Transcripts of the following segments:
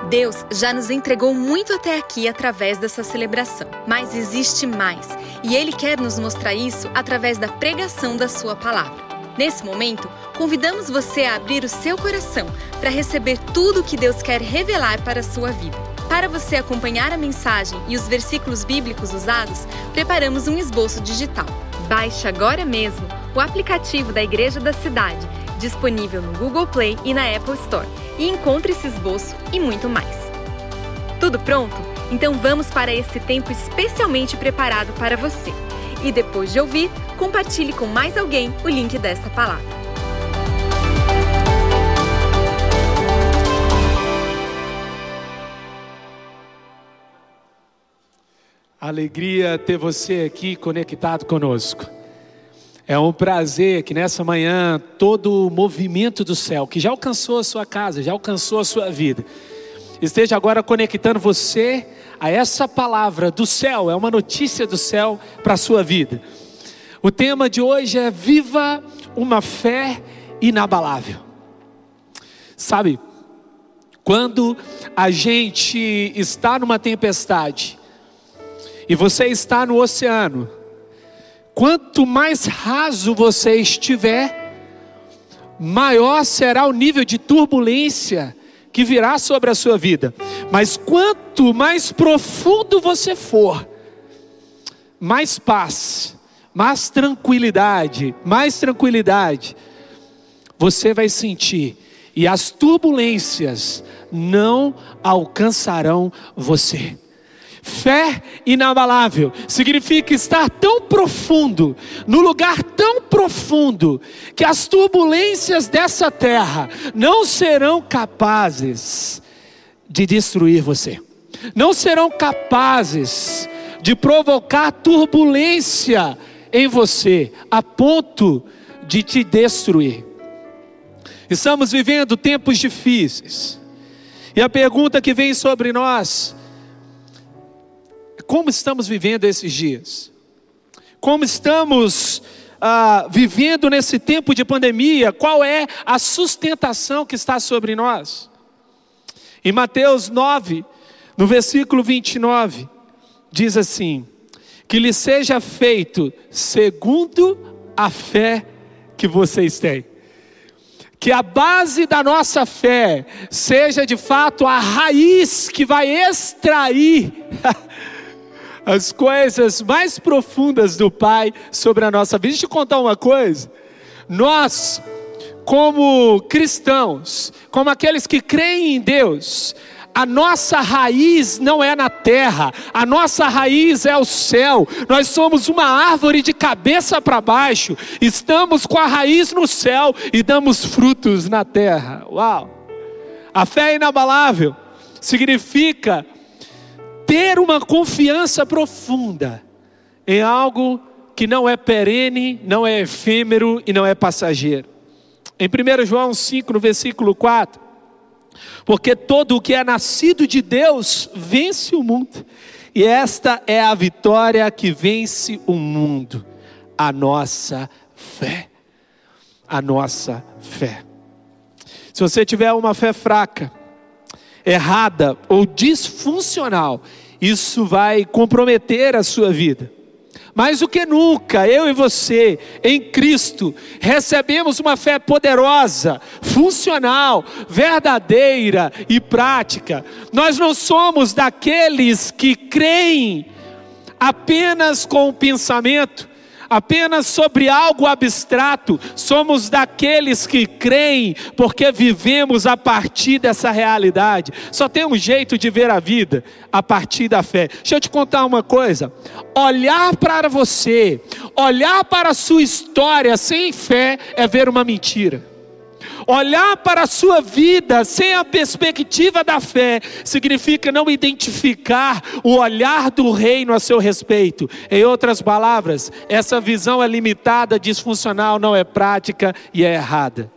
Deus já nos entregou muito até aqui através dessa celebração, mas existe mais, e Ele quer nos mostrar isso através da pregação da sua palavra. Nesse momento, convidamos você a abrir o seu coração para receber tudo o que Deus quer revelar para a sua vida. Para você acompanhar a mensagem e os versículos bíblicos usados, preparamos um esboço digital. Baixe agora mesmo o aplicativo da Igreja da Cidade, disponível no Google Play e na Apple Store, e encontre esse esboço e muito mais. Tudo pronto? Então vamos para esse tempo especialmente preparado para você. E depois de ouvir, compartilhe com mais alguém o link desta palavra. Alegria ter você aqui conectado conosco. É um prazer que nessa manhã todo o movimento do céu, que já alcançou a sua casa, já alcançou a sua vida, esteja agora conectando você a essa palavra do céu. É uma notícia do céu para a sua vida. O tema de hoje é: viva uma fé inabalável. Sabe, quando a gente está numa tempestade e você está no oceano, quanto mais raso você estiver, maior será o nível de turbulência que virá sobre a sua vida. Mas quanto mais profundo você for, mais paz, mais tranquilidade você vai sentir, e as turbulências não alcançarão você. Fé inabalável significa estar tão profundo, no lugar tão profundo, que as turbulências dessa terra não serão capazes de destruir você. Não serão capazes de provocar turbulência em você, a ponto de te destruir. Estamos vivendo tempos difíceis, e a pergunta que vem sobre nós: como estamos vivendo esses dias? Como estamos vivendo nesse tempo de pandemia? Qual é a sustentação que está sobre nós? Em Mateus 9, no versículo 29, diz assim: que lhe seja feito segundo a fé que vocês têm. Que a base da nossa fé seja de fato a raiz que vai extrair as coisas mais profundas do Pai sobre a nossa vida. Deixa eu te contar uma coisa. Nós, como cristãos, como aqueles que creem em Deus, a nossa raiz não é na terra, a nossa raiz é o céu. Nós somos uma árvore de cabeça para baixo, estamos com a raiz no céu e damos frutos na terra. Uau! A fé inabalável significa ter uma confiança profunda em algo que não é perene, não é efêmero e não é passageiro. Em 1 João 5, no versículo 4, porque todo o que é nascido de Deus vence o mundo, e esta é a vitória que vence o mundo, a nossa fé. A nossa fé. Se você tiver uma fé fraca, errada ou disfuncional, isso vai comprometer a sua vida. Mais do que nunca, eu e você, em Cristo, recebemos uma fé poderosa, funcional, verdadeira e prática. Nós não somos daqueles que creem apenas com o pensamento, apenas sobre algo abstrato. Somos daqueles que creem porque vivemos a partir dessa realidade. Só tem um jeito de ver a vida: a partir da fé. Deixa eu te contar uma coisa: olhar para você, olhar para a sua história sem fé é ver uma mentira. Olhar para a sua vida sem a perspectiva da fé significa não identificar o olhar do reino a seu respeito. Em outras palavras, essa visão é limitada, disfuncional, não é prática e é errada.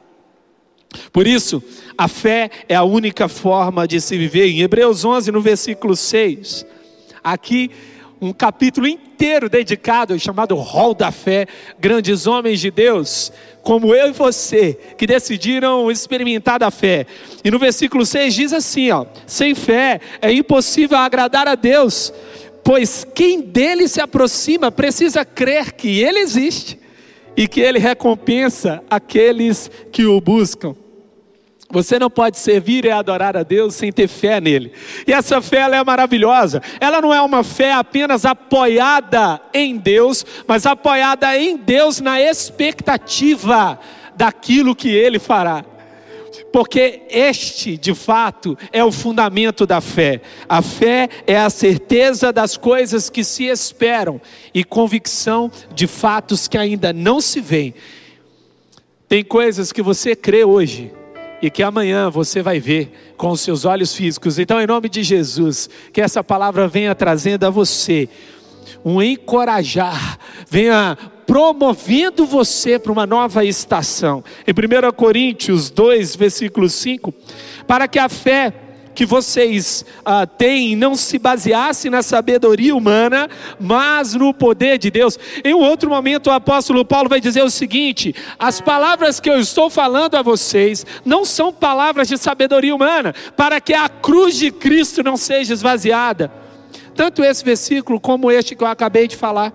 Por isso, a fé é a única forma de se viver. Em Hebreus 11, no versículo 6, aqui um capítulo inteiro dedicado, chamado Hall da Fé, grandes homens de Deus, como eu e você, que decidiram experimentar da fé. E no versículo 6 diz assim, sem fé é impossível agradar a Deus, pois quem dele se aproxima precisa crer que ele existe e que ele recompensa aqueles que o buscam. Você não pode servir e adorar a Deus sem ter fé nele. E essa fé, ela é maravilhosa. Ela não é uma fé apenas apoiada em Deus, mas apoiada em Deus na expectativa daquilo que ele fará. Porque este, de fato, é o fundamento da fé. A fé é a certeza das coisas que se esperam e convicção de fatos que ainda não se veem. Tem coisas que você crê hoje e que amanhã você vai ver com os seus olhos físicos. Então, em nome de Jesus, que essa palavra venha trazendo a você um encorajar, venha promovendo você para uma nova estação. Em 1 Coríntios 2, versículo 5, para que a fé que vocês têm não se baseasse na sabedoria humana, mas no poder de Deus. Em um outro momento o apóstolo Paulo vai dizer o seguinte: as palavras que eu estou falando a vocês não são palavras de sabedoria humana, para que a cruz de Cristo não seja esvaziada. Tanto esse versículo como este que eu acabei de falar,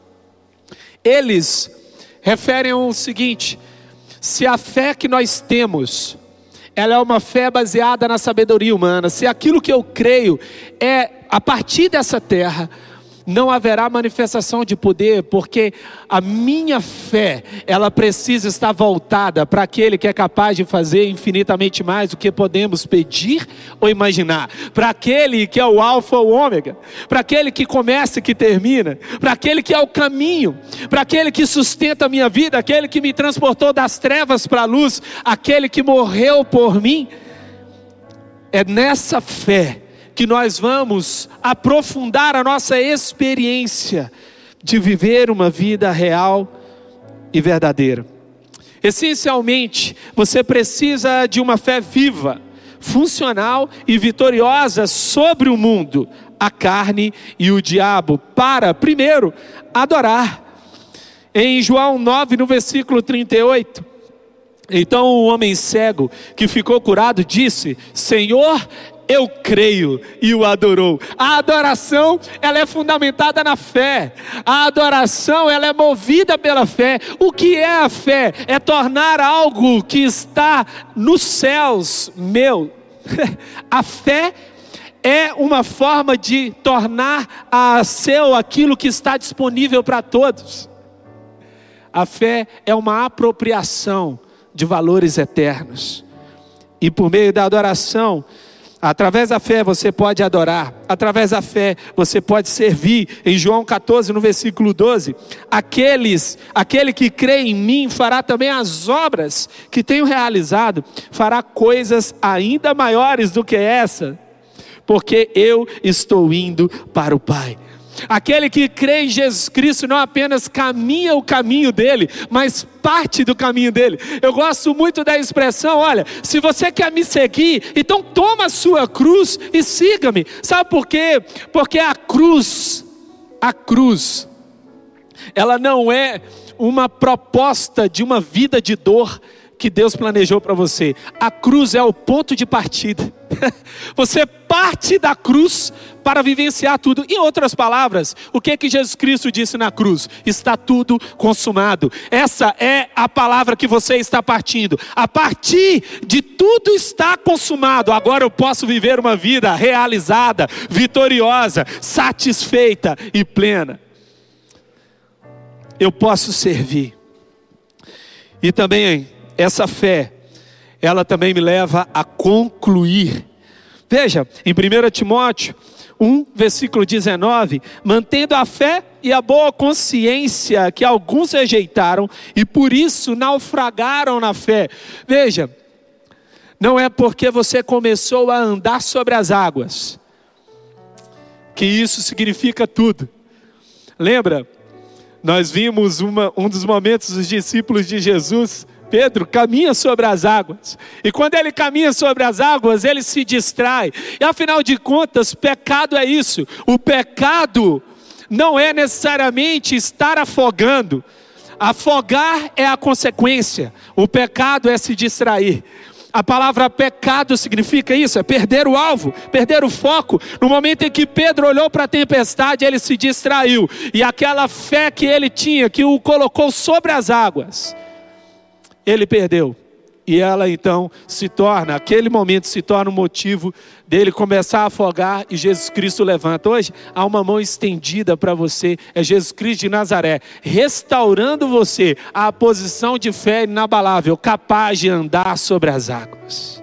eles referem ao seguinte: se a fé que nós temos, ela é uma fé baseada na sabedoria humana, se aquilo que eu creio é a partir dessa terra, não haverá manifestação de poder, porque a minha fé, ela precisa estar voltada para aquele que é capaz de fazer infinitamente mais do que podemos pedir ou imaginar, para aquele que é o alfa ou o ômega, para aquele que começa e que termina, para aquele que é o caminho, para aquele que sustenta a minha vida, aquele que me transportou das trevas para a luz, aquele que morreu por mim. É nessa fé que nós vamos aprofundar a nossa experiência de viver uma vida real e verdadeira. Essencialmente, você precisa de uma fé viva, funcional e vitoriosa sobre o mundo, a carne e o diabo, para, primeiro, adorar. Em João 9, no versículo 38, então o homem cego que ficou curado disse: Senhor, eu creio, e o adorou. A adoração, ela é fundamentada na fé. A adoração, ela é movida pela fé. O que é a fé? É tornar algo que está nos céus meu. A fé é uma forma de tornar a seu aquilo que está disponível para todos. A fé é uma apropriação de valores eternos. E por meio da adoração, através da fé você pode adorar, através da fé você pode servir. Em João 14, no versículo 12, aquele que crê em mim fará também as obras que tenho realizado, fará coisas ainda maiores do que essa, porque eu estou indo para o Pai. Aquele que crê em Jesus Cristo não apenas caminha o caminho dele, mas parte do caminho dele. Eu gosto muito da expressão: olha, se você quer me seguir, então toma a sua cruz e siga-me. Sabe por quê? Porque a cruz, ela não é uma proposta de uma vida de dor que Deus planejou para você. A cruz é o ponto de partida. Você parte da cruz para vivenciar tudo. Em outras palavras, o que Jesus Cristo disse na cruz? Está tudo consumado. Essa é a palavra que você está partindo. A partir de tudo está consumado, agora eu posso viver uma vida realizada, vitoriosa, satisfeita e plena. Eu posso servir. E também essa fé, ela também me leva a concluir. Veja, em 1 Timóteo 1, versículo 19, mantendo a fé e a boa consciência que alguns rejeitaram e por isso naufragaram na fé. Veja, não é porque você começou a andar sobre as águas que isso significa tudo. Lembra? Nós vimos um dos momentos dos discípulos de Jesus. Pedro caminha sobre as águas, e quando ele caminha sobre as águas, ele se distrai, e afinal de contas, pecado é isso. O pecado não é necessariamente estar afogando. Afogar é a consequência, o pecado é se distrair. A palavra pecado significa isso, é perder o alvo, perder o foco. No momento em que Pedro olhou para a tempestade, ele se distraiu. E aquela fé que ele tinha, que o colocou sobre as águas, ele perdeu. E ela então aquele momento se torna um motivo dele começar a afogar, e Jesus Cristo levanta. Hoje há uma mão estendida para você, é Jesus Cristo de Nazaré, restaurando você à posição de fé inabalável, capaz de andar sobre as águas.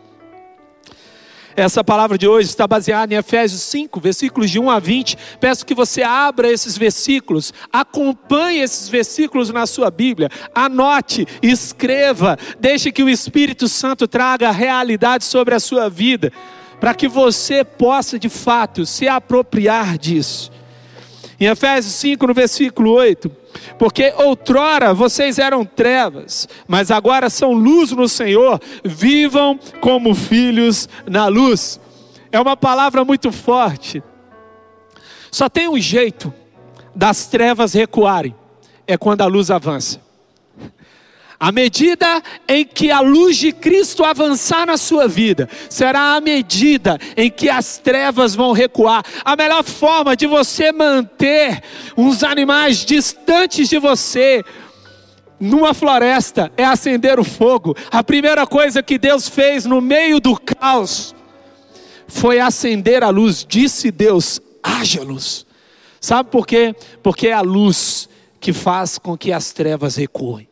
Essa palavra de hoje está baseada em Efésios 5, versículos de 1 a 20. Peço que você abra esses versículos, acompanhe esses versículos na sua Bíblia, anote, escreva, deixe que o Espírito Santo traga a realidade sobre a sua vida, para que você possa de fato se apropriar disso. Em Efésios 5, no versículo 8, porque outrora vocês eram trevas, mas agora são luz no Senhor, vivam como filhos na luz. É uma palavra muito forte. Só tem um jeito das trevas recuarem, é quando a luz avança. À medida em que a luz de Cristo avançar na sua vida, será a medida em que as trevas vão recuar. A melhor forma de você manter uns animais distantes de você numa floresta é acender o fogo. A primeira coisa que Deus fez no meio do caos foi acender a luz. Disse Deus: haja luz. Sabe por quê? Porque é a luz que faz com que as trevas recuem.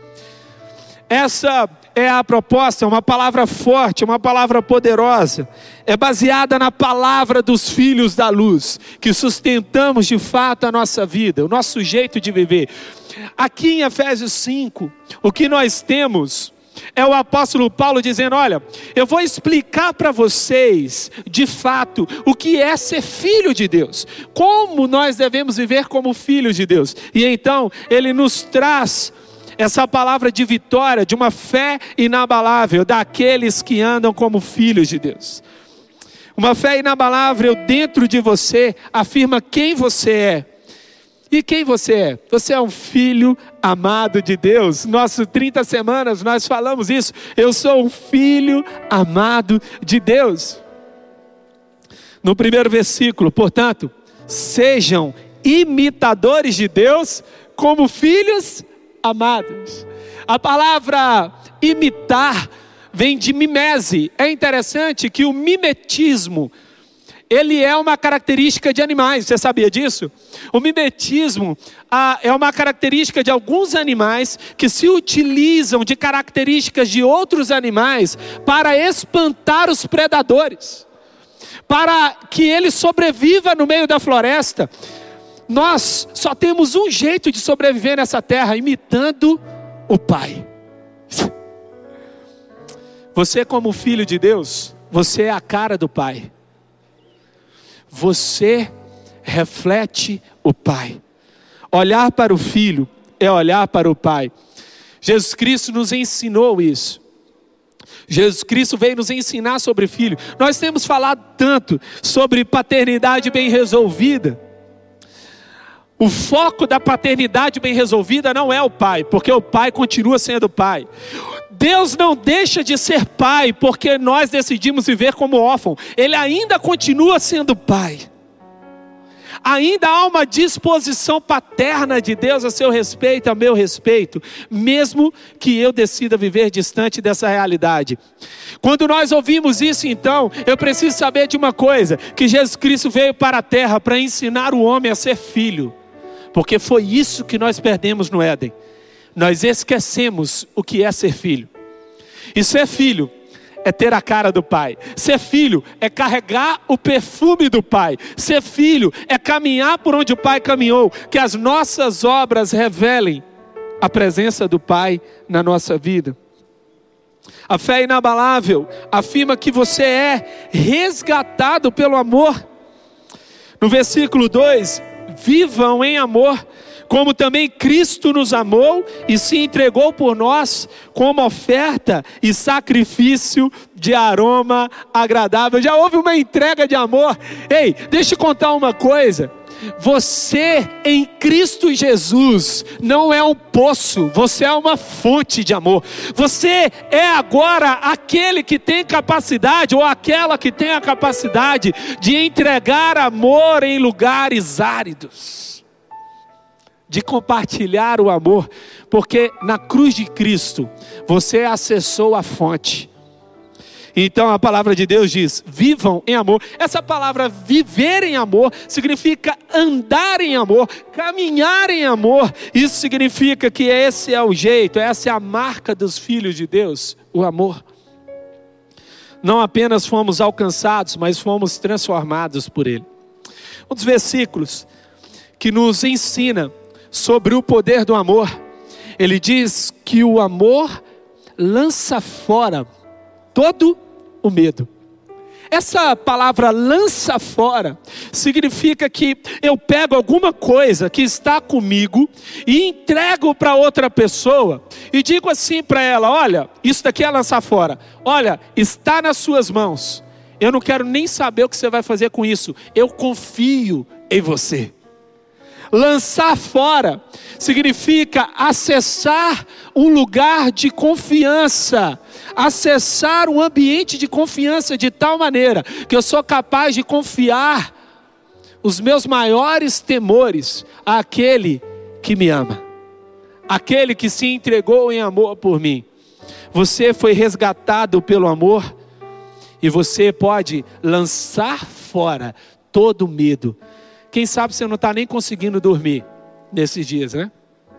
Essa é a proposta, uma palavra forte, uma palavra poderosa. É baseada na palavra dos filhos da luz, que sustentamos de fato a nossa vida, o nosso jeito de viver. Aqui em Efésios 5, o que nós temos é o apóstolo Paulo dizendo: olha, eu vou explicar para vocês, de fato, o que é ser filho de Deus. Como nós devemos viver como filhos de Deus. E então, ele nos traz essa palavra de vitória, de uma fé inabalável daqueles que andam como filhos de Deus. Uma fé inabalável dentro de você afirma quem você é. E quem você é? Você é um filho amado de Deus. Nosso 30 semanas nós falamos isso. Eu sou um filho amado de Deus. No primeiro versículo, portanto, sejam imitadores de Deus como filhos amados. A palavra imitar vem de mimese. É interessante que o mimetismo, ele é uma característica de animais. Você sabia disso? O mimetismo é uma característica de alguns animais que se utilizam de características de outros animais para espantar os predadores, para que ele sobreviva no meio da floresta. Nós só temos um jeito de sobreviver nessa terra: imitando o Pai. Você, como filho de Deus, você é a cara do Pai. Você reflete o Pai. Olhar para o Filho é olhar para o Pai. Jesus Cristo nos ensinou isso. Jesus Cristo veio nos ensinar sobre Filho. Nós temos falado tanto sobre paternidade bem resolvida. O foco da paternidade bem resolvida não é o pai, porque o pai continua sendo pai. Deus não deixa de ser pai porque nós decidimos viver como órfão. Ele ainda continua sendo pai. Ainda há uma disposição paterna de Deus a seu respeito, a meu respeito, mesmo que eu decida viver distante dessa realidade. Quando nós ouvimos isso, então, eu preciso saber de uma coisa: que Jesus Cristo veio para a terra para ensinar o homem a ser filho. Porque foi isso que nós perdemos no Éden. Nós esquecemos o que é ser filho. E ser filho é ter a cara do Pai. Ser filho é carregar o perfume do Pai. Ser filho é caminhar por onde o Pai caminhou. Que as nossas obras revelem a presença do Pai na nossa vida. A fé inabalável afirma que você é resgatado pelo amor. No versículo 2, vivam em amor, como também Cristo nos amou e se entregou por nós como oferta e sacrifício de aroma agradável. Já houve uma entrega de amor? Ei, deixa eu contar uma coisa. você em Cristo Jesus não é um poço, você é uma fonte de amor. Você é agora aquele que tem capacidade, ou aquela que tem a capacidade de entregar amor em lugares áridos, de compartilhar o amor, porque na cruz de Cristo você acessou a fonte. Então a palavra de Deus diz: vivam em amor. Essa palavra viver em amor significa andar em amor, caminhar em amor. Isso significa que esse é o jeito, essa é a marca dos filhos de Deus, o amor. Não apenas fomos alcançados, mas fomos transformados por Ele. Um dos versículos que nos ensina sobre o poder do amor, ele diz que o amor lança fora todo o medo. Essa palavra lança fora significa que eu pego alguma coisa que está comigo e entrego para outra pessoa e digo assim para ela: olha, isso daqui é lançar fora, olha, está nas suas mãos, eu não quero nem saber o que você vai fazer com isso, eu confio em você. Lançar fora significa acessar um lugar de confiança, acessar um ambiente de confiança de tal maneira que eu sou capaz de confiar os meus maiores temores àquele que me ama, aquele que se entregou em amor por mim. Você foi resgatado pelo amor e você pode lançar fora todo medo. Quem sabe você não está nem conseguindo dormir nesses dias, né?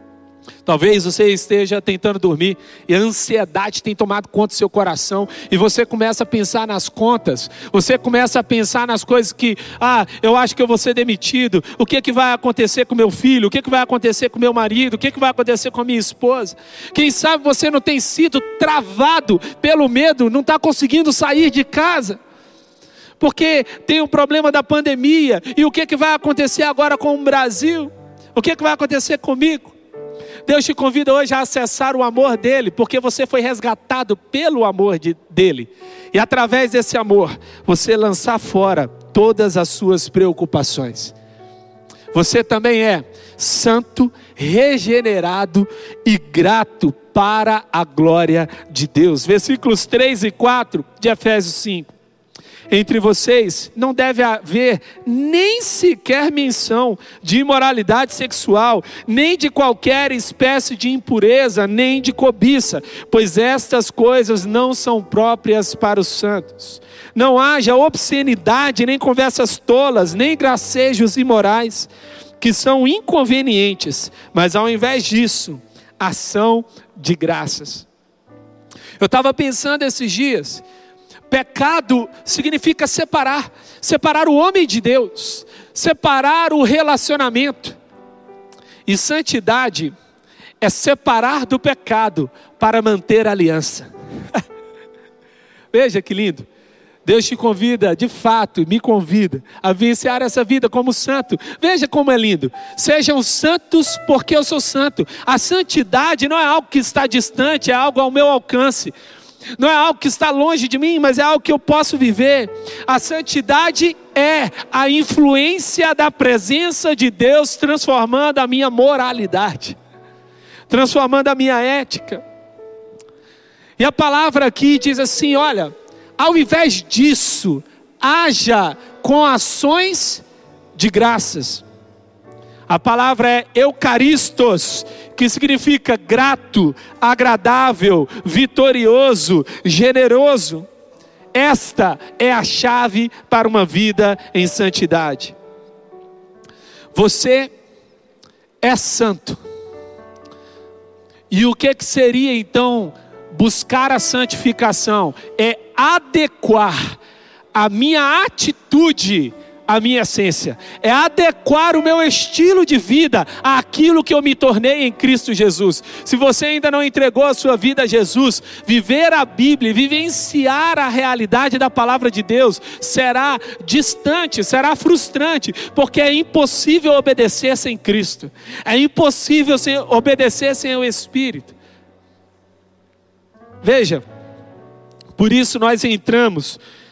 Talvez você esteja tentando dormir e a ansiedade tem tomado conta do seu coração e você começa a pensar nas contas, você começa a pensar nas coisas que, eu acho que eu vou ser demitido, o que vai acontecer com meu filho, o que vai acontecer com meu marido, o que vai acontecer com a minha esposa. Quem sabe você não tem sido travado pelo medo, não está conseguindo sair de casa, porque tem o problema da pandemia, e o que vai acontecer agora com o Brasil? O que vai acontecer comigo? Deus te convida hoje a acessar o amor dele, porque você foi resgatado pelo amor dele, e através desse amor, você lançar fora todas as suas preocupações. Você também é santo, regenerado e grato para a glória de Deus. Versículos 3 e 4 de Efésios 5. Entre vocês não deve haver nem sequer menção de imoralidade sexual, nem de qualquer espécie de impureza, nem de cobiça, pois estas coisas não são próprias para os santos. Não haja obscenidade, nem conversas tolas, nem gracejos imorais, que são inconvenientes, mas ao invés disso, ação de graças. Eu estava pensando esses dias, pecado significa separar o homem de Deus, separar o relacionamento. E santidade é separar do pecado para manter a aliança. Veja que lindo. Deus te convida, de fato, me convida a vivenciar essa vida como santo. Veja como é lindo. Sejam santos porque eu sou santo. A santidade não é algo que está distante, é algo ao meu alcance. Não é algo que está longe de mim, mas é algo que eu posso viver. A santidade é a influência da presença de Deus transformando a minha moralidade, transformando a minha ética. E a palavra aqui diz assim, olha, ao invés disso, haja com ações de graças. A palavra é eucaristos, que significa grato, agradável, vitorioso, generoso. Esta é a chave para uma vida em santidade. Você é santo. E o que seria então buscar a santificação? É adequar a minha atitude a minha essência, é adequar o meu estilo de vida àquilo que eu me tornei em Cristo Jesus. Se você ainda não entregou a sua vida a Jesus, viver a Bíblia, vivenciar a realidade da palavra de Deus, será distante, será frustrante, porque é impossível obedecer sem Cristo, é impossível obedecer sem o Espírito. Veja, por isso nós entramos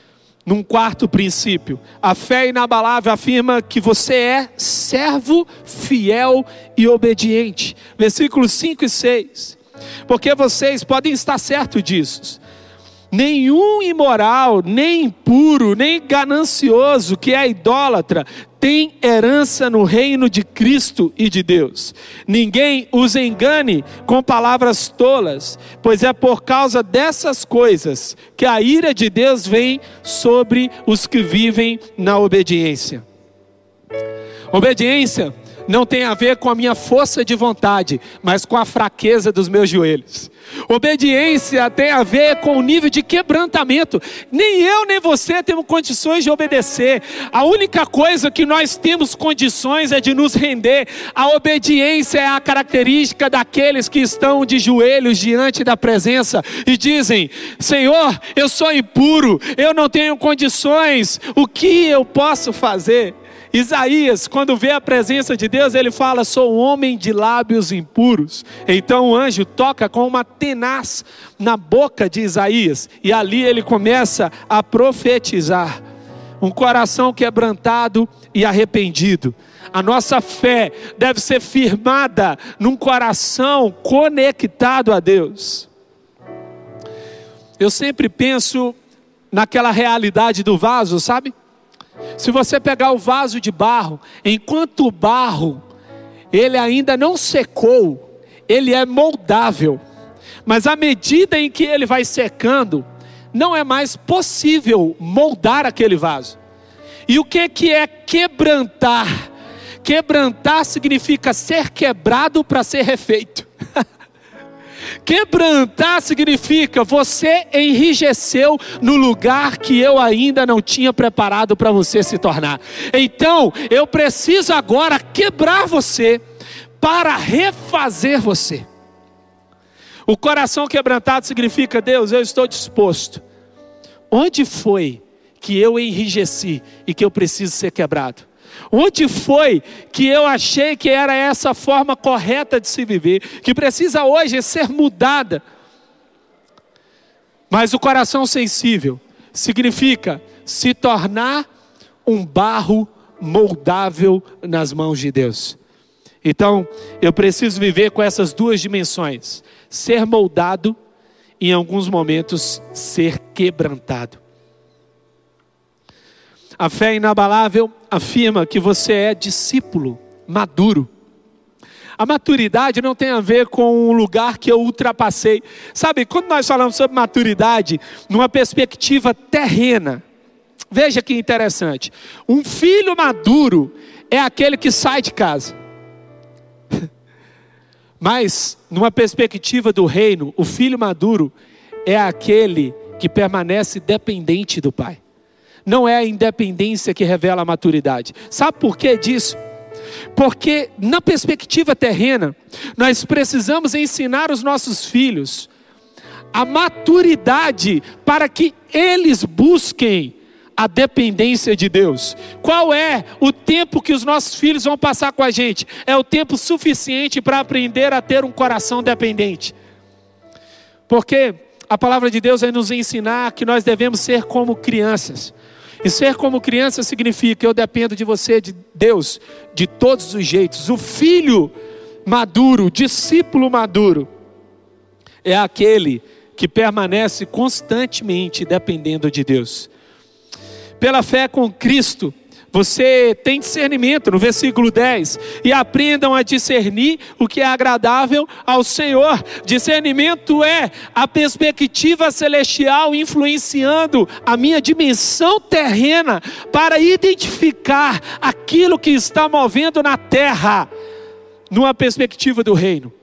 Num quarto princípio, a fé inabalável afirma que você é servo, fiel e obediente. Versículos 5 e 6. Porque vocês podem estar certos disso. Nenhum imoral, nem impuro, nem ganancioso que é idólatra tem herança no reino de Cristo e de Deus. Ninguém os engane com palavras tolas, pois é por causa dessas coisas que a ira de Deus vem sobre os que vivem na obediência. Obediência não tem a ver com a minha força de vontade, mas com a fraqueza dos meus joelhos. Obediência tem a ver com o nível de quebrantamento. Nem eu nem você temos condições de obedecer. A única coisa que nós temos condições é de nos render. A obediência é a característica daqueles que estão de joelhos diante da presença e dizem: Senhor, eu sou impuro, eu não tenho condições, o que eu posso fazer? Isaías, quando vê a presença de Deus, ele fala: sou um homem de lábios impuros. Então o anjo toca com uma tenaz na boca de Isaías, e ali ele começa a profetizar. Um coração quebrantado e arrependido. A nossa fé deve ser firmada num coração conectado a Deus. Eu sempre penso naquela realidade do vaso, sabe? Se você pegar o vaso de barro, enquanto o barro, ele ainda não secou, ele é moldável. Mas à medida em que ele vai secando, não é mais possível moldar aquele vaso. E o que é quebrantar? Quebrantar significa ser quebrado para ser refeito. Quebrantar significa você enrijeceu no lugar que eu ainda não tinha preparado para você se tornar. Então eu preciso agora quebrar você para refazer você. O coração quebrantado significa: Deus, eu estou disposto. Onde foi que eu enrijeci e que eu preciso ser quebrado? Onde foi que eu achei que era essa forma correta de se viver, que precisa hoje ser mudada? Mas o coração sensível significa se tornar um barro moldável nas mãos de Deus. Então, eu preciso viver com essas duas dimensões: ser moldado e, em alguns momentos, ser quebrantado. A fé inabalável afirma que você é discípulo maduro. A maturidade não tem a ver com um lugar que eu ultrapassei. Sabe, quando nós falamos sobre maturidade, numa perspectiva terrena, veja que interessante. Um filho maduro é aquele que sai de casa. Mas, numa perspectiva do reino, o filho maduro é aquele que permanece dependente do pai. Não é a independência que revela a maturidade. Sabe por que disso? Porque na perspectiva terrena, nós precisamos ensinar os nossos filhos a maturidade para que eles busquem a dependência de Deus. Qual é o tempo que os nossos filhos vão passar com a gente? É o tempo suficiente para aprender a ter um coração dependente. Porque a palavra de Deus vai nos ensinar que nós devemos ser como crianças. E ser como criança significa: eu dependo de você, de Deus, de todos os jeitos. O filho maduro, o discípulo maduro, é aquele que permanece constantemente dependendo de Deus. Pela fé com Cristo, você tem discernimento, no versículo 10. E aprendam a discernir o que é agradável ao Senhor. Discernimento é a perspectiva celestial influenciando a minha dimensão terrena para identificar aquilo que está movendo na terra, numa perspectiva do reino.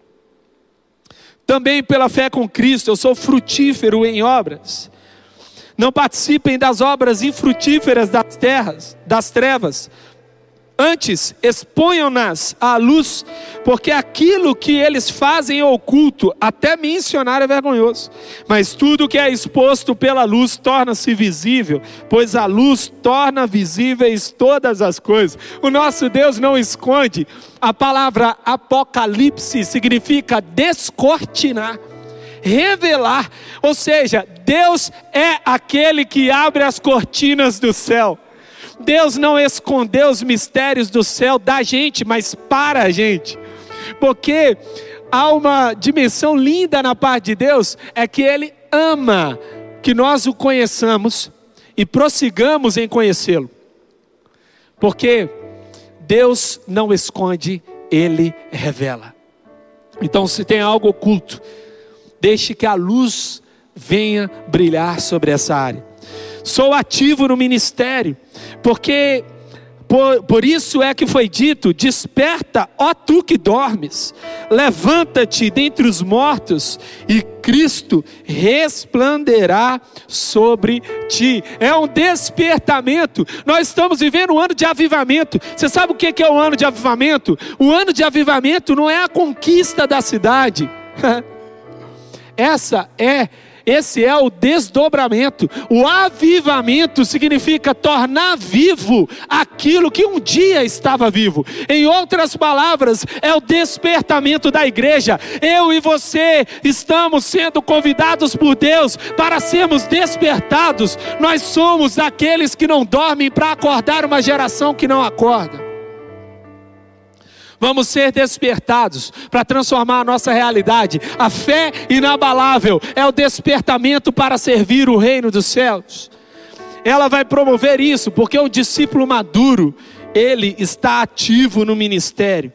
Também pela fé com Cristo, eu sou frutífero em obras. Não participem das obras infrutíferas das trevas. Antes, exponham-nas à luz, porque aquilo que eles fazem em oculto, até mencionar é vergonhoso. Mas tudo que é exposto pela luz torna-se visível, pois a luz torna visíveis todas as coisas. O nosso Deus não esconde. A palavra apocalipse significa descortinar. revelar. Ou seja, Deus é aquele que abre as cortinas do céu. Deus não escondeu os mistérios do céu da gente, mas para a gente. Porque há uma dimensão linda na parte de Deus, é que Ele ama que nós o conheçamos e prossigamos em conhecê-lo. Porque Deus não esconde, Ele revela. Então, se tem algo oculto, deixe que a luz venha brilhar sobre essa área. Sou ativo no ministério, porque por isso é que foi dito: desperta, ó tu que dormes, levanta-te dentre os mortos, e Cristo resplanderá sobre ti. É um despertamento. Nós estamos vivendo um ano de avivamento. Você sabe o que é o ano de avivamento? O ano de avivamento não é a conquista da cidade. Esse é o desdobramento. O avivamento significa tornar vivo aquilo que um dia estava vivo. Em outras palavras, é o despertamento da igreja. Eu e você estamos sendo convidados por Deus para sermos despertados. Nós somos aqueles que não dormem para acordar uma geração que não acorda. Vamos ser despertados para transformar a nossa realidade. A fé inabalável é o despertamento para servir o reino dos céus. Ela vai promover isso, porque o discípulo maduro, ele está ativo no ministério.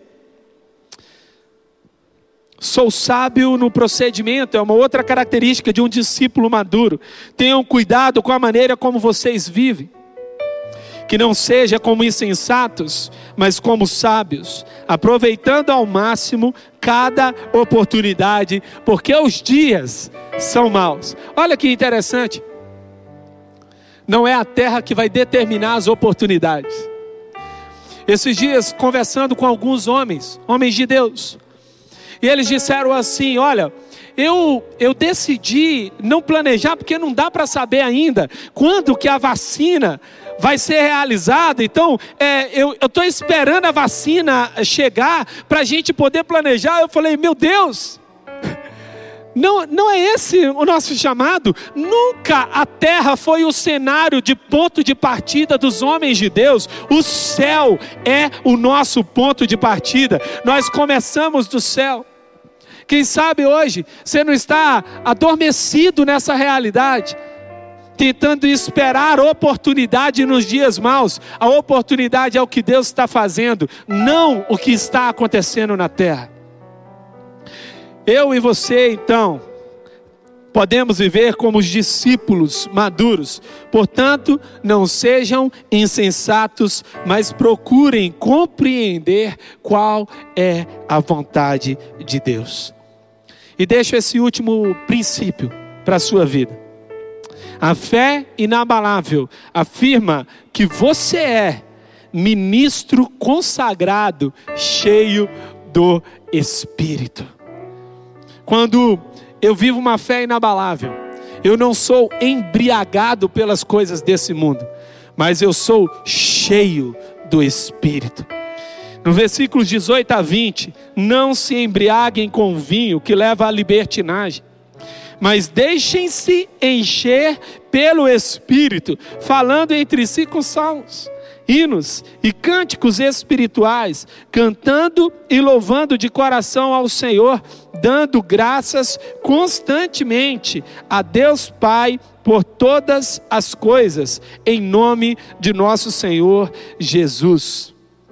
Sou sábio no procedimento, é uma outra característica de um discípulo maduro. Tenham cuidado com a maneira como vocês vivem. Que não seja como insensatos, mas como sábios, aproveitando ao máximo cada oportunidade, porque os dias são maus. Olha que interessante. Não é a terra que vai determinar as oportunidades. Esses dias, conversando com alguns homens de Deus, e eles disseram assim: olha, eu decidi não planejar, porque não dá para saber ainda quando que a vacina vai ser realizada. Então eu estou esperando a vacina chegar para a gente poder planejar. Eu falei: meu Deus, não é esse o nosso chamado? Nunca a terra foi o cenário de ponto de partida dos homens de Deus. O céu é o nosso ponto de partida. Nós começamos do céu. Quem sabe hoje você não está adormecido nessa realidade, tentando esperar oportunidade nos dias maus. A oportunidade é o que Deus está fazendo, não o que está acontecendo na terra. Eu e você, então, podemos viver como os discípulos maduros. Portanto, não sejam insensatos, mas procurem compreender qual é a vontade de Deus. E deixo esse último princípio para a sua vida. A fé inabalável afirma que você é ministro consagrado, cheio do Espírito. Quando eu vivo uma fé inabalável, eu não sou embriagado pelas coisas desse mundo, mas eu sou cheio do Espírito. No versículos 18 a 20, não se embriaguem com vinho que leva à libertinagem, mas deixem-se encher pelo Espírito, falando entre si com salmos, hinos e cânticos espirituais, cantando e louvando de coração ao Senhor, dando graças constantemente a Deus Pai por todas as coisas, em nome de nosso Senhor Jesus.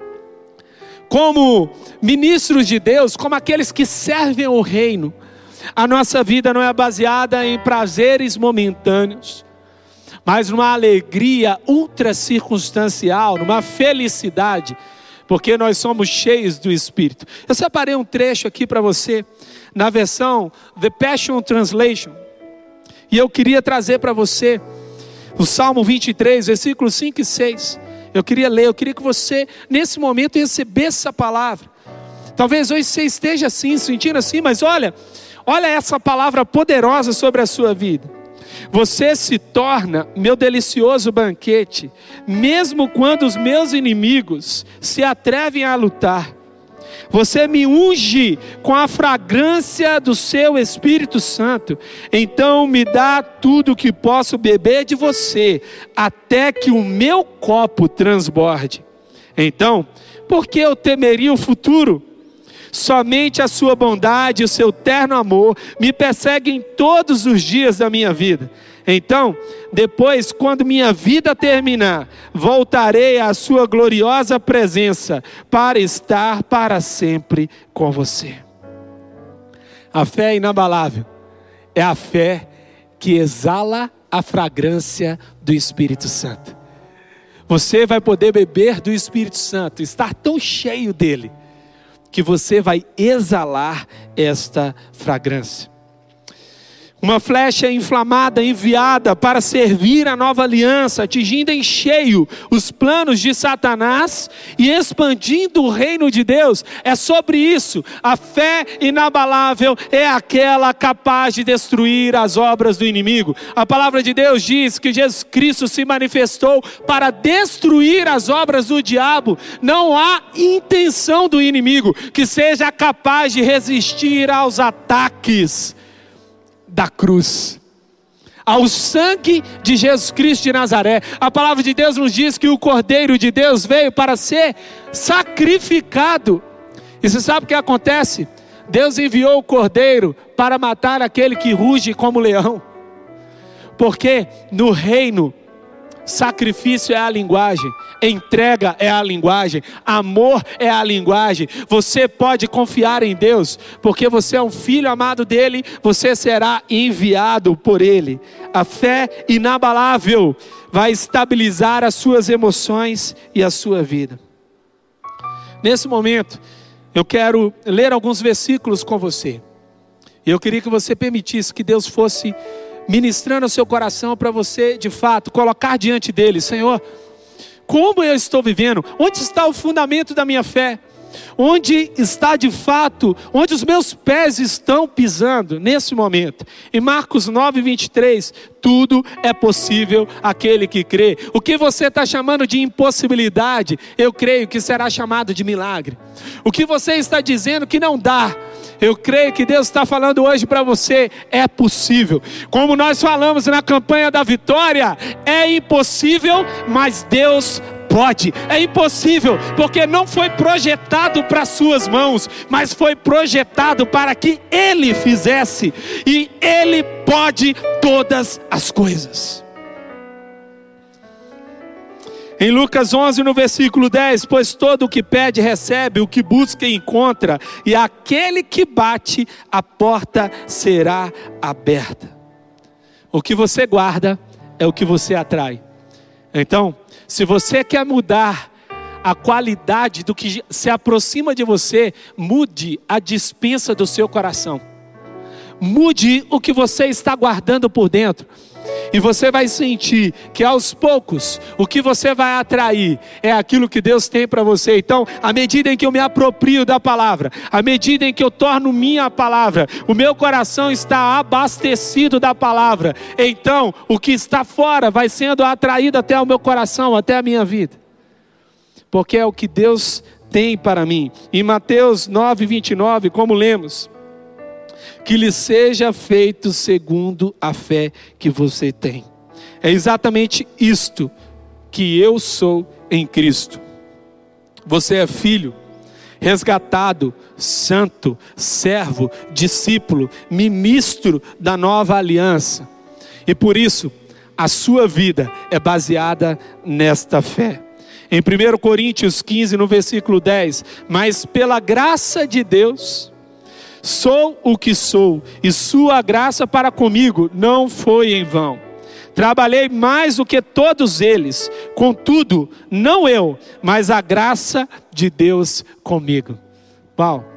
Como ministros de Deus, como aqueles que servem o reino, a nossa vida não é baseada em prazeres momentâneos, mas numa alegria ultra circunstancial, numa felicidade, porque nós somos cheios do Espírito. Eu separei um trecho aqui para você, na versão The Passion Translation, e eu queria trazer para você o Salmo 23, versículos 5 e 6. Eu queria ler, eu queria que você, nesse momento, recebesse essa palavra. Talvez hoje você esteja assim, sentindo assim, mas olha essa palavra poderosa sobre a sua vida. Você se torna meu delicioso banquete, mesmo quando os meus inimigos se atrevem a lutar. Você me unge com a fragrância do seu Espírito Santo. Então me dá tudo que posso beber de você, até que o meu copo transborde. Então, por que eu temeria o futuro? Somente a sua bondade e o seu terno amor me perseguem todos os dias da minha vida. Então, depois, quando minha vida terminar, voltarei à sua gloriosa presença para estar para sempre com você. A fé inabalável é a fé que exala a fragrância do Espírito Santo. Você vai poder beber do Espírito Santo, estar tão cheio dele, que você vai exalar esta fragrância. Uma flecha inflamada enviada para servir a nova aliança, atingindo em cheio os planos de Satanás e expandindo o reino de Deus. É sobre isso. A fé inabalável é aquela capaz de destruir as obras do inimigo. A palavra de Deus diz que Jesus Cristo se manifestou para destruir as obras do diabo. Não há intenção do inimigo que seja capaz de resistir aos ataques da cruz, ao sangue de Jesus Cristo de Nazaré. A palavra de Deus nos diz que o Cordeiro de Deus veio para ser sacrificado. E você sabe o que acontece? Deus enviou o Cordeiro para matar aquele que ruge como leão. Porque no reino, sacrifício é a linguagem, entrega é a linguagem, amor é a linguagem. Você pode confiar em Deus, porque você é um filho amado dele, você será enviado por ele. A fé inabalável vai estabilizar as suas emoções e a sua vida. Nesse momento, eu quero ler alguns versículos com você. Eu queria que você permitisse que Deus fosse ministrando ao seu coração para você, de fato, colocar diante dele: Senhor, como eu estou vivendo? Onde está o fundamento da minha fé? Onde está de fato, onde os meus pés estão pisando nesse momento? Em Marcos 9:23, tudo é possível àquele que crê. O que você está chamando de impossibilidade, eu creio que será chamado de milagre. O que você está dizendo que não dá, eu creio que Deus está falando hoje para você: é possível. Como nós falamos na campanha da vitória, é impossível, mas Deus pode. É impossível porque não foi projetado para suas mãos, mas foi projetado para que Ele fizesse. E Ele pode todas as coisas. Em Lucas 11, no versículo 10, pois todo o que pede recebe, o que busca encontra, e aquele que bate, a porta será aberta. O que você guarda é o que você atrai. Então, se você quer mudar a qualidade do que se aproxima de você, mude a despensa do seu coração. Mude o que você está guardando por dentro. E você vai sentir que aos poucos, o que você vai atrair é aquilo que Deus tem para você. Então, à medida em que eu me aproprio da palavra, à medida em que eu torno minha palavra, o meu coração está abastecido da palavra. Então, o que está fora vai sendo atraído até o meu coração, até a minha vida. Porque é o que Deus tem para mim. Em Mateus 9:29, como lemos: que lhe seja feito segundo a fé que você tem. É exatamente isto que eu sou em Cristo. Você é filho, resgatado, santo, servo, discípulo, ministro da nova aliança. E por isso, a sua vida é baseada nesta fé. Em 1 Coríntios 15, no versículo 10, mas pela graça de Deus, sou o que sou, e sua graça para comigo não foi em vão. Trabalhei mais do que todos eles, contudo, não eu, mas a graça de Deus comigo. Uau!